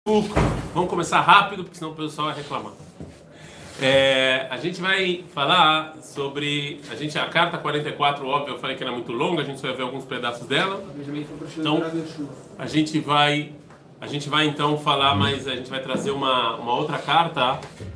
Vamos começar rápido, porque senão o pessoal vai reclamar. A gente vai falar sobre... A carta 44, óbvio, eu falei que era muito longa, a gente só vai ver alguns pedaços dela. Então, a gente vai então falar, mas a gente vai trazer uma outra carta,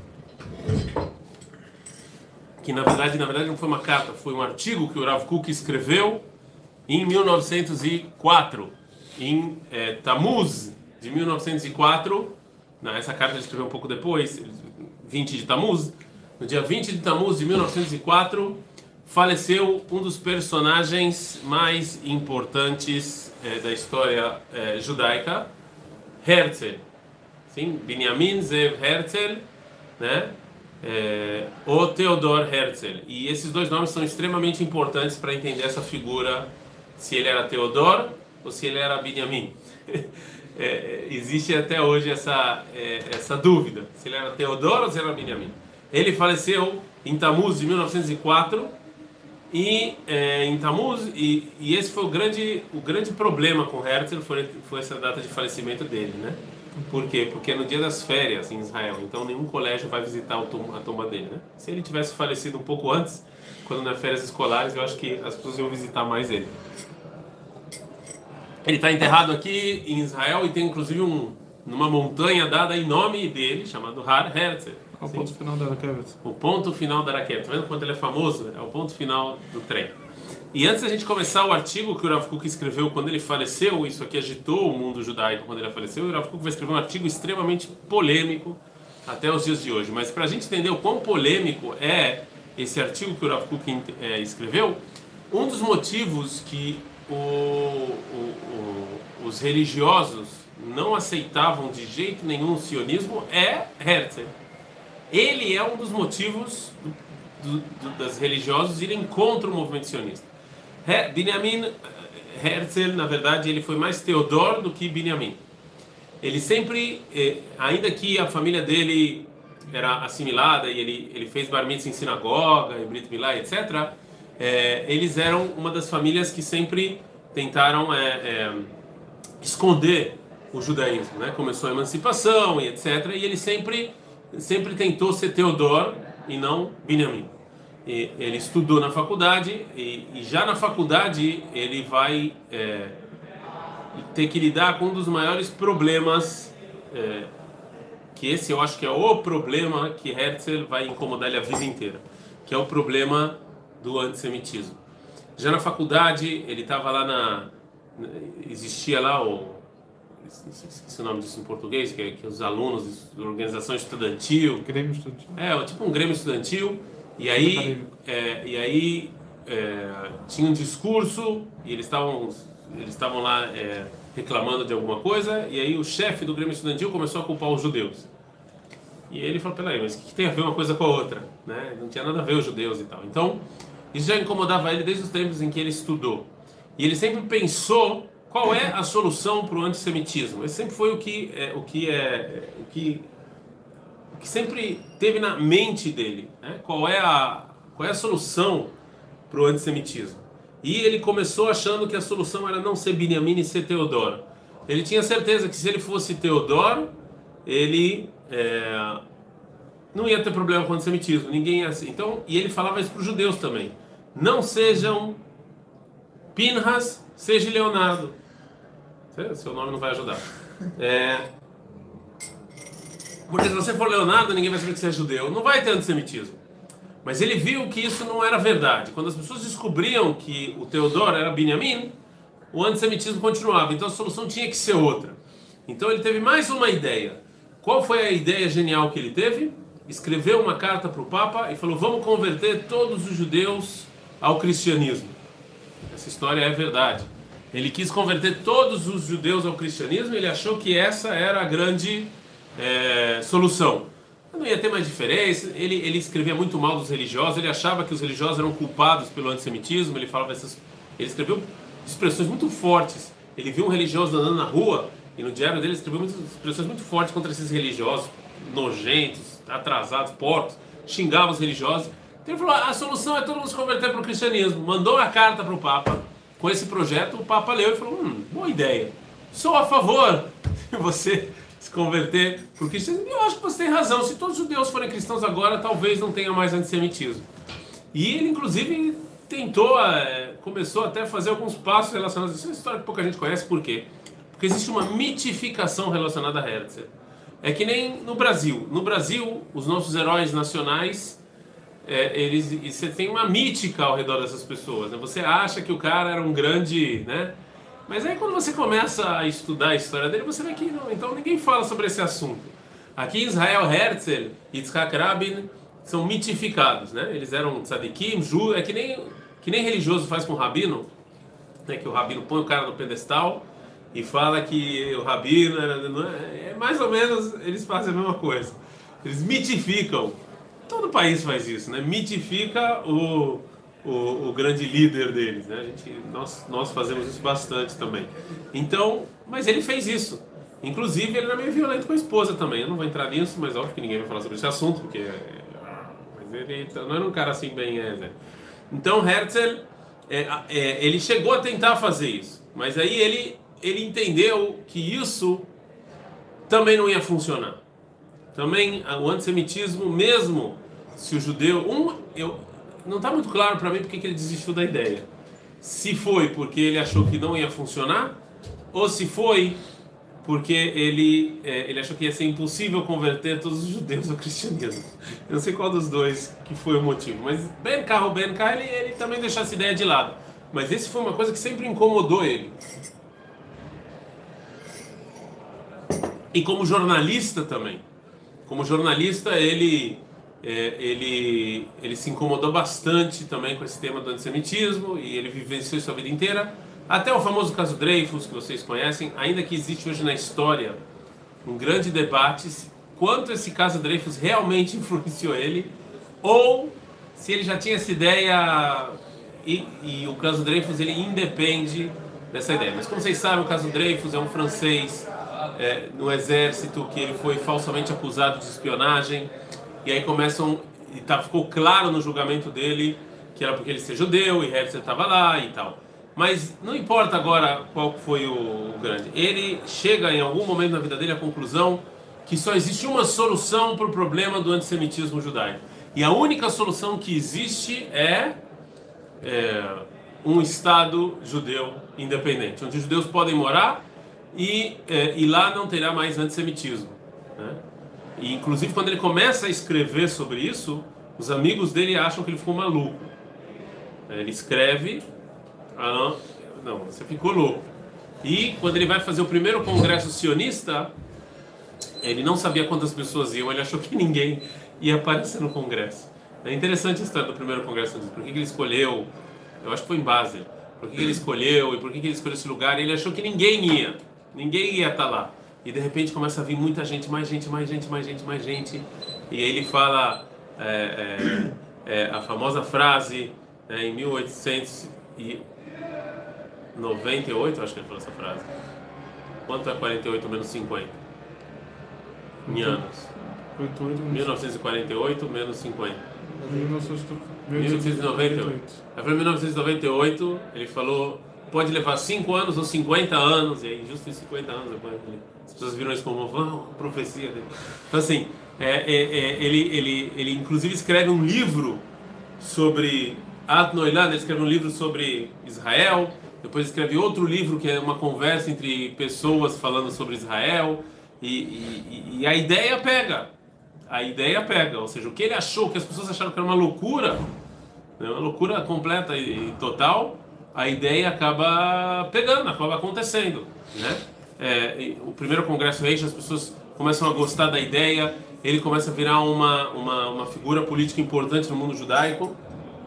que na verdade não foi uma carta, foi um artigo que o Rav Kook escreveu em 1904, em Tammuz de 1904, essa carta ele escreveu um pouco depois, 20 de Tammuz. No dia 20 de Tammuz de 1904, faleceu um dos personagens mais importantes da história judaica, Herzl. Sim, Benjamin Zev Herzl, né? O Theodor Herzl. E esses dois nomes são extremamente importantes para entender essa figura, se ele era Theodor ou se ele era Benjamin. Existe até hoje essa dúvida, se ele era Theodor ou se ele era Benjamin. Ele faleceu em Tammuz de 1904 em Tammuz, e esse foi o grande problema com Herzl, foi essa data de falecimento dele, né? Por quê? Porque é no dia das férias em Israel, então nenhum colégio vai visitar a tumba dele, né? Se ele tivesse falecido um pouco antes, quando nas férias escolares, eu acho que as pessoas iam visitar mais ele. Ele está enterrado aqui em Israel e tem inclusive numa montanha dada em nome dele, chamado Har Herzl. É o ponto final da Raquete. O ponto final da Raquete. Tá vendo quanto ele é famoso? É o ponto final do trem. E antes da gente começar o artigo que o Rav Kook escreveu quando ele faleceu, isso aqui agitou o mundo judaico quando ele faleceu, o Rav Kook vai escrever um artigo extremamente polêmico até os dias de hoje. Mas para a gente entender o quão polêmico é esse artigo que o Rav Kook escreveu, um dos motivos que os religiosos não aceitavam de jeito nenhum o sionismo é Herzl. Ele é um dos motivos das religiosos irem contra o movimento sionista. Benjamin Herzl, na verdade, ele foi mais Theodor do que Benjamin. Ele sempre, ainda que a família dele era assimilada e ele fez bar mitzvah em sinagoga, e brit milá, etc., eles eram uma das famílias que sempre tentaram esconder o judaísmo, né? Começou a emancipação e etc. E ele sempre tentou ser Theodor e não Benjamin. Ele estudou na faculdade e já na faculdade ele vai ter que lidar com um dos maiores problemas, que esse eu acho que é o problema que Herzl vai incomodar ele a vida inteira, que é o problema do antissemitismo. Já na faculdade, ele estava lá existia lá esqueci o nome disso em português, que é os alunos da organização estudantil. Grêmio estudantil. Tipo um grêmio estudantil. E aí tinha um discurso e eles estavam lá reclamando de alguma coisa, e aí o chefe do grêmio estudantil começou a culpar os judeus. E ele falou: peraí, mas o que tem a ver uma coisa com a outra? Né? Não tinha nada a ver os judeus e tal. Então, isso já incomodava ele desde os tempos em que ele estudou. E ele sempre pensou qual é a solução para o antissemitismo. Esse sempre foi o que sempre teve na mente dele. Né? Qual é a solução para o antissemitismo? E ele começou achando que a solução era não ser Benjamin e ser Theodor. Ele tinha certeza que se ele fosse Theodor, ele não ia ter problema com o antissemitismo. Ninguém ia assim. Então, e ele falava isso para os judeus também. Não sejam Pinhas, seja Leonardo. Seu nome não vai ajudar. Porque se você for Leonardo, ninguém vai saber que você é judeu. Não vai ter antissemitismo. Mas ele viu que isso não era verdade. Quando as pessoas descobriam que o Theodor era Benjamin, o antissemitismo continuava. Então a solução tinha que ser outra. Então ele teve mais uma ideia. Qual foi a ideia genial que ele teve? Escreveu uma carta para o Papa e falou: vamos converter todos os judeus ao cristianismo. Essa história é verdade. Ele quis converter todos os judeus ao cristianismo e ele achou que essa era a grande solução. Não ia ter mais diferença. Ele escrevia muito mal dos religiosos, ele achava que os religiosos eram culpados pelo antissemitismo, ele escreveu expressões muito fortes. Ele viu um religioso andando na rua e no diário dele escreveu expressões muito fortes contra esses religiosos, nojentos, atrasados, porcos, xingava os religiosos. Então ele falou: a solução é todo mundo se converter para o cristianismo. Mandou a carta para o Papa com esse projeto. O Papa leu e falou: boa ideia, sou a favor de você se converter para o cristianismo. Eu acho que você tem razão. Se todos os judeus forem cristãos agora, talvez não tenha mais antissemitismo. E ele, inclusive, tentou, começou até a fazer alguns passos relacionados a isso. É uma história que pouca gente conhece. Por quê? Porque existe uma mitificação relacionada a Herzl. É que nem no Brasil. No Brasil, os nossos heróis nacionais, você tem uma mítica ao redor dessas pessoas. Né? Você acha que o cara era um grande, né? Mas aí quando você começa a estudar a história dele, você vê que não. Então ninguém fala sobre esse assunto. Aqui em Israel, Herzl e Yitzhak Rabin são mitificados, né? Eles eram tzadikim, é que nem religioso faz com o rabino, né? Que o rabino põe o cara no pedestal e fala que o rabino é mais ou menos, eles fazem a mesma coisa. Eles mitificam. Todo país faz isso, né? Mitifica o grande líder deles, né? Nós fazemos isso bastante também. Então, mas ele fez isso. Inclusive, ele era meio violento com a esposa também. Eu não vou entrar nisso, mas óbvio que ninguém vai falar sobre esse assunto, porque mas ele não era um cara assim bem... né? Então, Herzl, ele chegou a tentar fazer isso, mas aí ele entendeu que isso também não ia funcionar. Também o antissemitismo, mesmo se o judeu... não está muito claro para mim porque que ele desistiu da ideia. Se foi porque ele achou que não ia funcionar, ou se foi porque ele achou que ia ser impossível converter todos os judeus ao cristianismo. Eu não sei qual dos dois que foi o motivo, mas Ben Carro, ele também deixou essa ideia de lado. Mas esse foi uma coisa que sempre incomodou ele. E como jornalista também. Como jornalista, ele se incomodou bastante também com esse tema do antissemitismo e ele vivenciou isso a vida inteira. Até o famoso caso Dreyfus, que vocês conhecem, ainda que existe hoje na história um grande debate quanto esse caso Dreyfus realmente influenciou ele ou se ele já tinha essa ideia e o caso Dreyfus ele independe dessa ideia. Mas como vocês sabem, o caso Dreyfus é um francês no exército que ele foi falsamente acusado de espionagem e aí ficou claro no julgamento dele que era porque ele ser judeu e Herzl estava lá e tal. Mas não importa agora qual foi o grande. Ele chega em algum momento na vida dele à conclusão que só existe uma solução para o problema do antissemitismo judaico. E a única solução que existe é um Estado judeu independente, onde os judeus podem morar e lá não terá mais antissemitismo. Né? E inclusive quando ele começa a escrever sobre isso, os amigos dele acham que ele ficou maluco. Ele escreve... não, você ficou louco. E quando ele vai fazer o primeiro congresso sionista, ele não sabia quantas pessoas iam, ele achou que ninguém ia aparecer no congresso. É interessante a história do primeiro congresso sionista. Por que ele escolheu? Eu acho que foi em Basel. Por que ele escolheu e por que ele escolheu esse lugar? Ele achou que ninguém ia estar lá. E de repente começa a vir muita gente, mais gente. E aí ele fala a famosa frase em 1898, acho que ele falou essa frase. Quanto é 48 menos 50? Em anos. 1948 menos 50. 1998. Aí foi em 1998, ele falou, pode levar 5 anos ou 50 anos, e aí justo em 50 anos depois as pessoas viram isso como uma profecia dele. Então assim, ele inclusive escreve um livro sobre Adnoilad, ele escreve um livro sobre Israel, depois escreve outro livro que é uma conversa entre pessoas falando sobre Israel, e a ideia pega. Ou seja, o que ele achou, que as pessoas acharam que era uma loucura, né, uma loucura completa e total, a ideia acaba pegando, acaba acontecendo, né? O primeiro congresso Reich, as pessoas começam a gostar da ideia, ele começa a virar uma figura política importante no mundo judaico.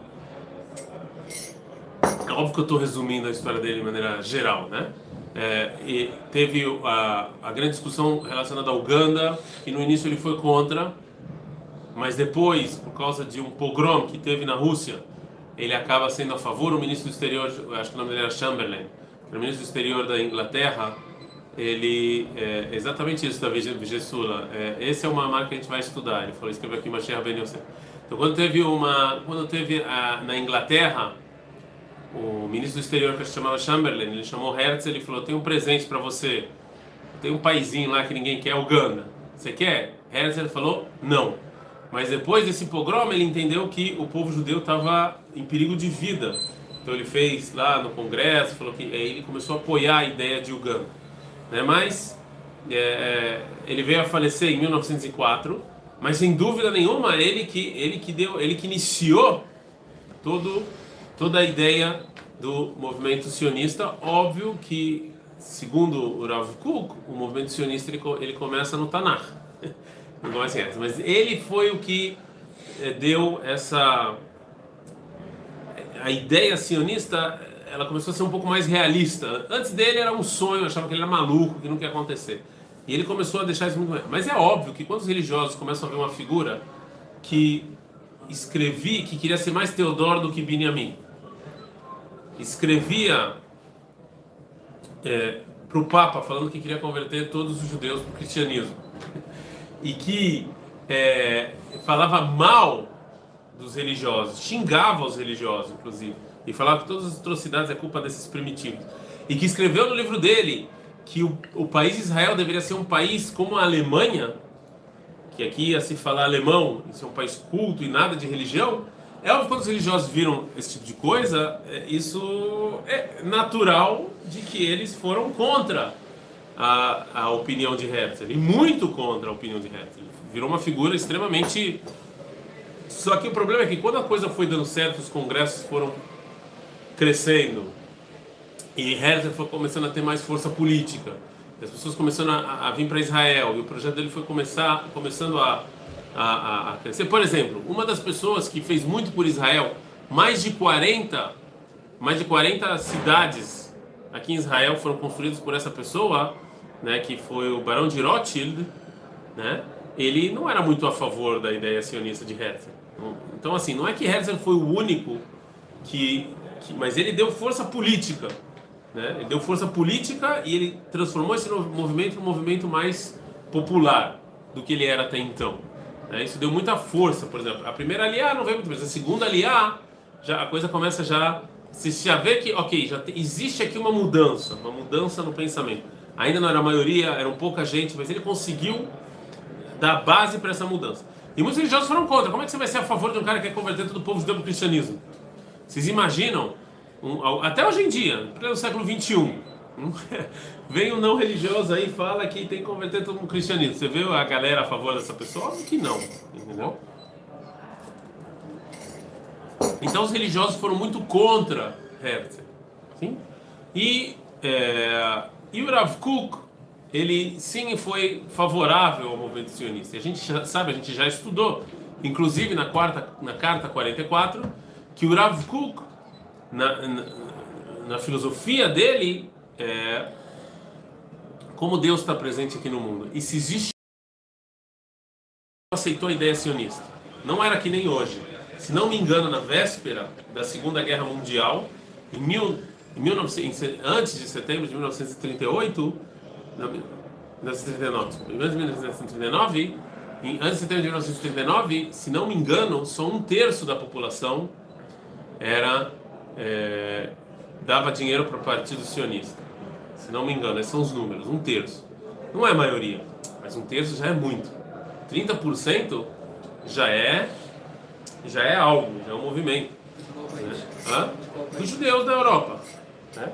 É óbvio que eu estou resumindo a história dele de maneira geral, né? E teve a grande discussão relacionada à Uganda, que no início ele foi contra, mas depois, por causa de um pogrom que teve na Rússia, ele acaba sendo a favor. O ministro do exterior, acho que o nome dele era Chamberlain, o ministro do exterior da Inglaterra, ele exatamente isso da Vigesula. Essa é uma marca que a gente vai estudar. Ele falou, escreveu aqui Mashiach Ben Yosef. Então, quando teve na Inglaterra o ministro do exterior, que se chamava Chamberlain, ele chamou Herzl e falou, tem um presente para você tem um paizinho lá que ninguém quer, Uganda. Você quer? Herzl falou não. Mas depois desse pogrom ele entendeu que o povo judeu estava em perigo de vida. Então ele fez lá no Congresso, falou que aí ele começou a apoiar a ideia de Uganda, né? Mas ele veio a falecer em 1904. Mas sem dúvida nenhuma ele que iniciou toda a ideia do movimento sionista. Óbvio que, segundo o Rav Kook, o movimento sionista ele começa no Tanakh. Não começa essa, mas ele foi o que deu a ideia sionista. Ela começou a ser um pouco mais realista. Antes dele era um sonho, achava que ele era maluco, que não ia acontecer. E ele começou a deixar isso muito mais. Mas é óbvio que quando os religiosos começam a ver uma figura que que queria ser mais Teodoro do que Binyamin, escrevia para o Papa falando que queria converter todos os judeus para o cristianismo e que falava mal dos religiosos, xingava os religiosos, inclusive, e falava que todas as atrocidades é culpa desses primitivos, e que escreveu no livro dele que o país de Israel deveria ser um país como a Alemanha, que aqui ia se falar alemão, isso é um país culto e nada de religião. É óbvio que quando os religiosos viram esse tipo de coisa, isso é natural de que eles foram contra a opinião de Herzl, e muito contra a opinião de Herzl. Virou uma figura extremamente... Só que o problema é que quando a coisa foi dando certo, os congressos foram crescendo, e Herzl foi começando a ter mais força política, as pessoas começando a vir para Israel, e o projeto dele foi começando a crescer. Por exemplo, uma das pessoas que fez muito por Israel, mais de 40 cidades aqui em Israel foram construídas por essa pessoa, né, que foi o Barão de Rothschild, né? Ele não era muito a favor da ideia sionista de Herzl. Então, assim, não é que Herzl foi o único mas ele deu força política, né? Ele deu força política e ele transformou esse movimento num movimento mais popular do que ele era até então, né? Isso deu muita força. Por exemplo, a primeira aliá não veio muito bem, a segunda aliá já a coisa começa se já vê que, ok, existe aqui uma mudança no pensamento. Ainda não era a maioria, eram pouca gente, mas ele conseguiu dar base para essa mudança. E muitos religiosos foram contra. Como é que você vai ser a favor de um cara que quer converter todo o povo judeu para o cristianismo? Vocês imaginam? Até hoje em dia, no pleno século XXI, vem um não religioso aí e fala que tem que converter todo mundo para o cristianismo. Você vê a galera a favor dessa pessoa? Óbvio que não, entendeu? Então os religiosos foram muito contra Herzl, sim? E o Rav Kook, ele sim foi favorável ao movimento sionista. A gente já sabe, a gente já estudou, inclusive na carta 44, que o Rav Kook, na filosofia dele, como Deus está presente aqui no mundo. E se existe, aceitou a ideia sionista. Não era que nem hoje. Se não me engano, na véspera da Segunda Guerra Mundial, antes de setembro de 1939, antes de setembro de 1939, se não me engano, só um terço da população dava dinheiro para o Partido Sionista. Se não me engano, esses são os números, um terço. Não é a maioria, mas um terço já é muito. 30% já é algo, já é um movimento, né? Dos judeus da Europa, né?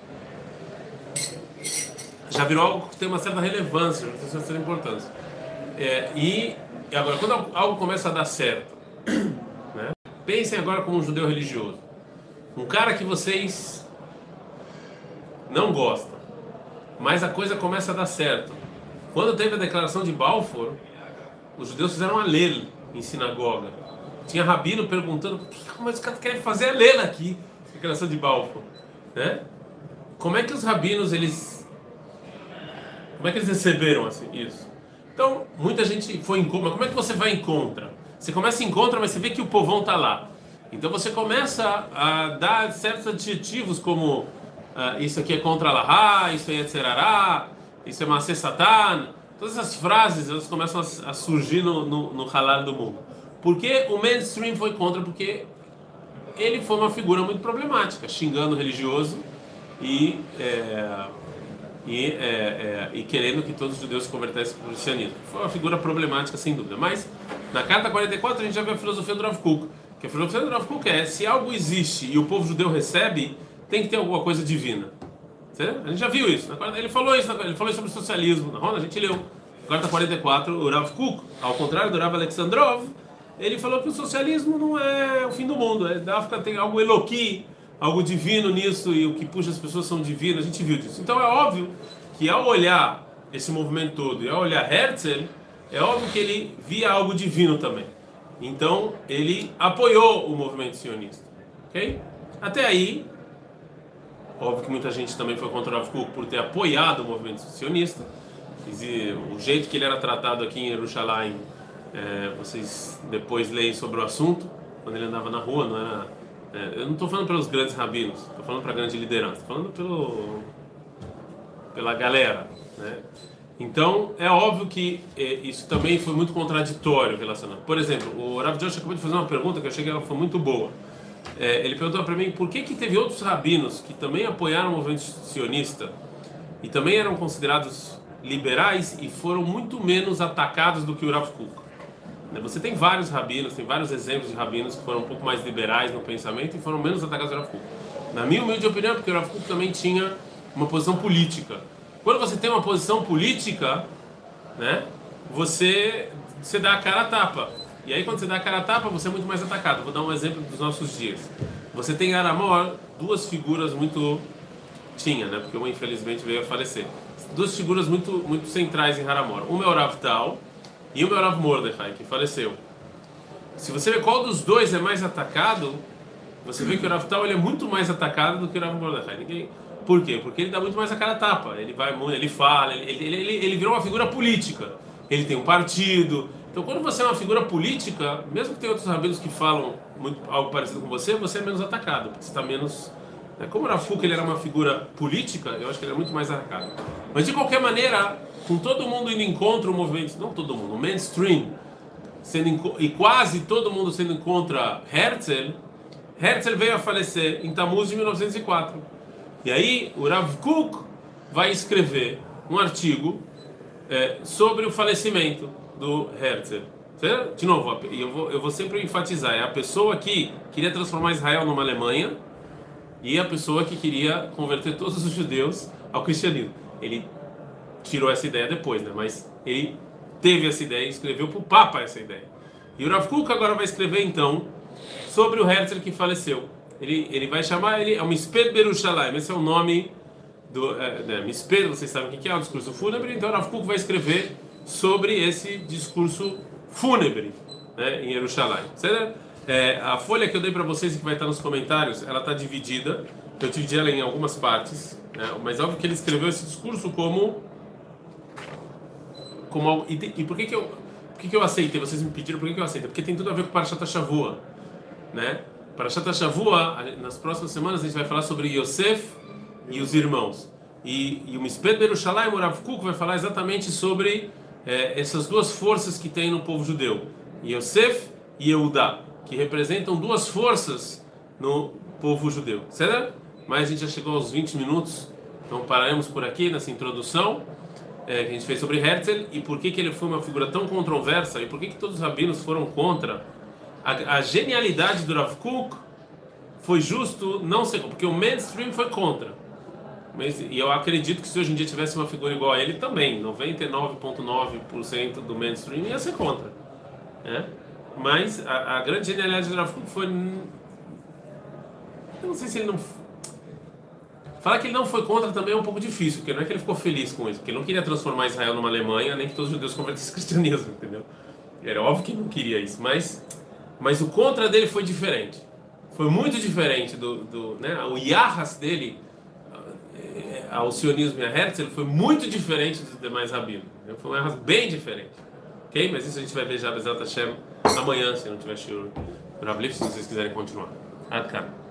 Já virou algo que tem uma certa relevância, uma certa importância. E agora, quando algo começa a dar certo, né? Pensem agora como um judeu religioso, um cara que vocês não gostam, mas a coisa começa a dar certo. Quando teve a declaração de Balfour, os judeus fizeram a lei em sinagoga. Tinha rabino perguntando: como os caras querem fazer a lei aqui, a declaração de Balfour, né? Como é que os rabinos como é que eles receberam assim, isso? Então, muita gente foi em contra. Mas como é que você vai em contra? Você começa em contra, mas você vê que o povão está lá. Então você começa a dar certos adjetivos como isso aqui é contra Allahá, isso aí é Tzerará, isso é Maaseh Satan. Todas essas frases elas começam a surgir no halal do mundo. Por que o mainstream foi contra? Porque ele foi uma figura muito problemática, xingando o religioso e e querendo que todos os judeus se convertessem para o cristianismo. Foi uma figura problemática, sem dúvida. Mas, na carta 44, a gente já vê a filosofia do Rav Kook. Que a filosofia do Rav Kook é, se algo existe e o povo judeu recebe, tem que ter alguma coisa divina. Certo? A gente já viu isso. Ele falou isso sobre o socialismo. Na Ronda, a gente leu. Na carta 44, o Rav Kook, ao contrário do Rav Alexandrov, ele falou que o socialismo não é o fim do mundo. Da África tem algo eloqui, algo divino nisso, e o que puxa as pessoas são divinas. A gente viu disso. Então é óbvio que ao olhar esse movimento todo e ao olhar Herzl, é óbvio que ele via algo divino também. Então ele apoiou o movimento sionista. Ok? Até aí, óbvio que muita gente também foi contra o Rav Kook por ter apoiado o movimento sionista. O jeito que ele era tratado aqui em Jerusalém, vocês depois leem sobre o assunto, quando ele andava na rua, não era, eu não estou falando pelos grandes rabinos, estou falando para a grande liderança, estou falando pela galera, né? Então é óbvio que isso também foi muito contraditório relacionado. Por exemplo, o Rav Josh acabou de fazer uma pergunta que eu achei que ela foi muito boa. Ele perguntou para mim por que teve outros rabinos que também apoiaram o movimento sionista e também eram considerados liberais e foram muito menos atacados do que o Rav Kook. Você tem vários rabinos, tem vários exemplos de rabinos que foram um pouco mais liberais no pensamento e foram menos atacados do Rav Kook. Na minha humilde opinião, porque o Rav Kook também tinha uma posição política. Quando você tem uma posição política, né, você dá a cara a tapa. E aí quando você dá a cara a tapa, você é muito mais atacado. Vou dar um exemplo dos nossos dias. Você tem em Aramor duas figuras muito... Tinha, né, porque uma infelizmente veio a falecer. Duas figuras muito centrais em Haramor. Uma é o Rav Tal e uma é o Rav Mordechai, que faleceu. Se você vê qual dos dois é mais atacado, você vê que o Rav Tal ele é muito mais atacado do que o Rav Mordechai. Por quê? Porque ele dá muito mais a cara a tapa. Ele vai muito, ele fala, ele virou uma figura política. Ele tem um partido. Então, quando você é uma figura política, mesmo que tenha outros rabinos que falam algo parecido com você é menos atacado, porque você está menos... Como o Rav Kook ele era uma figura política, eu acho que ele é muito mais atacado. Mas de qualquer maneira, com todo mundo indo em contra o movimento, não todo mundo, o mainstream, e quase todo mundo sendo contra Herzl veio a falecer em Tammuz de 1904. E aí o Rav Kook vai escrever um artigo sobre o falecimento do Herzl. Certo? De novo, eu vou sempre enfatizar, é a pessoa que queria transformar Israel numa Alemanha e a pessoa que queria converter todos os judeus ao cristianismo. Ele tirou essa ideia depois, né? Mas ele teve essa ideia e escreveu para o Papa essa ideia. E o Rav Kook agora vai escrever então sobre o Herzl que faleceu. Ele vai chamar ele o Misped Berushalayim. Esse é o nome do Misped, vocês sabem o que é o discurso fúnebre. Então o Rav Kook vai escrever sobre esse discurso fúnebre, né, em Jerusalém. A folha que eu dei para vocês e que vai estar nos comentários, ela está dividida. Eu dividi ela em algumas partes, né, mas é óbvio que ele escreveu esse discurso como algo. E por que eu aceitei? Vocês me pediram por que eu aceitei? Porque tem tudo a ver com Parashat Shavua, né? Parashat Shavua, nas próximas semanas a gente vai falar sobre Yosef e os irmãos. E o Misped Berushalayim, o Rav Kook vai falar exatamente sobre essas duas forças que tem no povo judeu, Yosef e Yehudá, que representam duas forças no povo judeu, certo? Mas a gente já chegou aos 20 minutos, então pararemos por aqui nessa introdução que a gente fez sobre Herzl e por que ele foi uma figura tão controversa e por que todos os rabinos foram contra. A genialidade do Rav Kook foi justo não ser, porque o mainstream foi contra. E eu acredito que se hoje em dia tivesse uma figura igual a ele também, 99,9% do mainstream ia ser contra, né? Mas a grande genialidade do Rav Kook foi... Eu não sei se ele não... Falar que ele não foi contra também é um pouco difícil, porque não é que ele ficou feliz com isso, porque ele não queria transformar Israel numa Alemanha, nem que todos os judeus convertessem ao cristianismo, entendeu? Era óbvio que ele não queria isso, mas o contra dele foi diferente. Foi muito diferente né? O Yahas dele ao sionismo e a Herzl foi muito diferente dos demais rabinos. Foi um Yahas bem diferente. Ok? Mas isso a gente vai ver já Bezat Hashem amanhã, se não tiver shiur. Se vocês quiserem continuar. Ad cá.